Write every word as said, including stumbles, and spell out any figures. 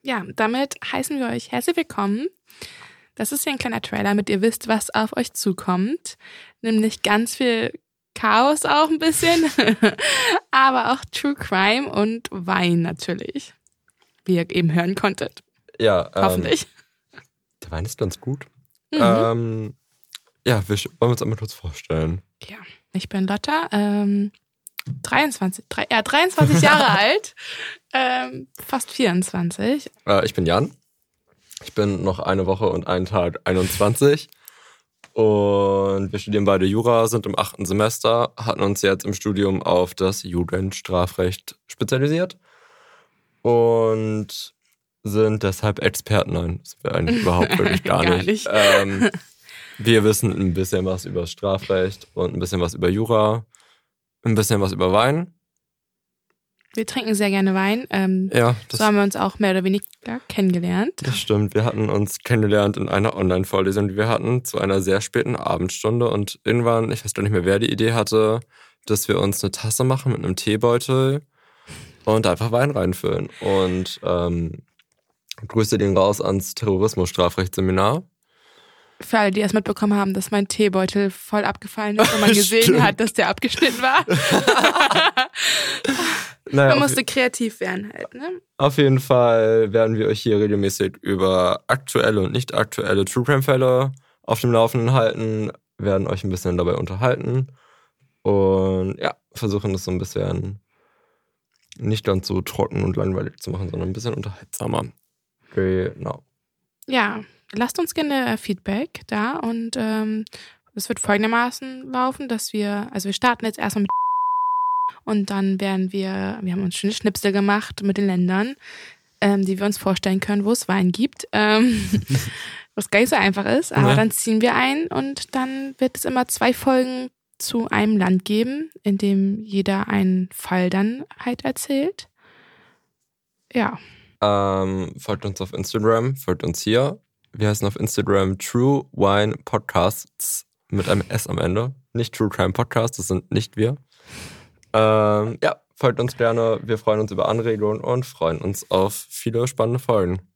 ja, damit heißen wir euch herzlich willkommen. Das ist hier ein kleiner Trailer, damit ihr wisst, was auf euch zukommt. Nämlich ganz viel Chaos auch ein bisschen, aber auch True Crime und Wein natürlich, wie ihr eben hören konntet. Ja, ähm, hoffentlich. Der Wein ist ganz gut. Mhm. Ähm, ja, wir wollen uns einmal kurz vorstellen. Ja, ich bin Lotta, ähm, dreiundzwanzig, drei, ja, dreiundzwanzig Jahre alt, ähm, fast vierundzwanzig. Äh, ich bin Jan. Ich bin noch eine Woche und einen Tag einundzwanzig. Und wir studieren beide Jura, sind im achten Semester, hatten uns jetzt im Studium auf das Jugendstrafrecht spezialisiert und sind deshalb Experten. Nein, das sind wir eigentlich überhaupt wirklich gar, gar nicht. nicht. Ähm, wir wissen ein bisschen was über das Strafrecht und ein bisschen was über Jura, ein bisschen was über Wein. Wir trinken sehr gerne Wein. Ähm, ja, das so haben wir uns auch mehr oder weniger kennengelernt. Das stimmt. Wir hatten uns kennengelernt in einer Online-Vorlesung, die wir hatten, zu einer sehr späten Abendstunde. Und irgendwann, ich weiß gar nicht mehr, wer die Idee hatte, dass wir uns eine Tasse machen mit einem Teebeutel und einfach Wein reinfüllen. Und ähm, Grüße den raus ans Terrorismus-Strafrechtsseminar. Für alle, die erst mitbekommen haben, dass mein Teebeutel voll abgefallen ist und man gesehen Stimmt. hat, dass der abgeschnitten war. Naja, man musste kreativ werden halt, ne? Auf jeden Fall werden wir euch hier regelmäßig über aktuelle und nicht aktuelle True Crime-Fälle auf dem Laufenden halten, werden euch ein bisschen dabei unterhalten und ja, versuchen das so ein bisschen nicht ganz so trocken und langweilig zu machen, sondern ein bisschen unterhaltsamer. Genau. Ja, lasst uns gerne Feedback da und ähm, es wird folgendermaßen laufen, dass wir, also wir starten jetzt erstmal mit und dann werden wir, wir haben uns schon Schnipsel gemacht mit den Ländern, ähm, die wir uns vorstellen können, wo es Wein gibt, ähm, was gar nicht so einfach ist, aber ja. Dann ziehen wir ein und dann wird es immer zwei Folgen zu einem Land geben, in dem jeder einen Fall dann halt erzählt. Ja. Ähm, folgt uns auf Instagram, folgt uns hier. Wir heißen auf Instagram True Wine Podcasts mit einem S am Ende. Nicht True Crime Podcast, das sind nicht wir. Ähm, ja, folgt uns gerne. Wir freuen uns über Anregungen und freuen uns auf viele spannende Folgen.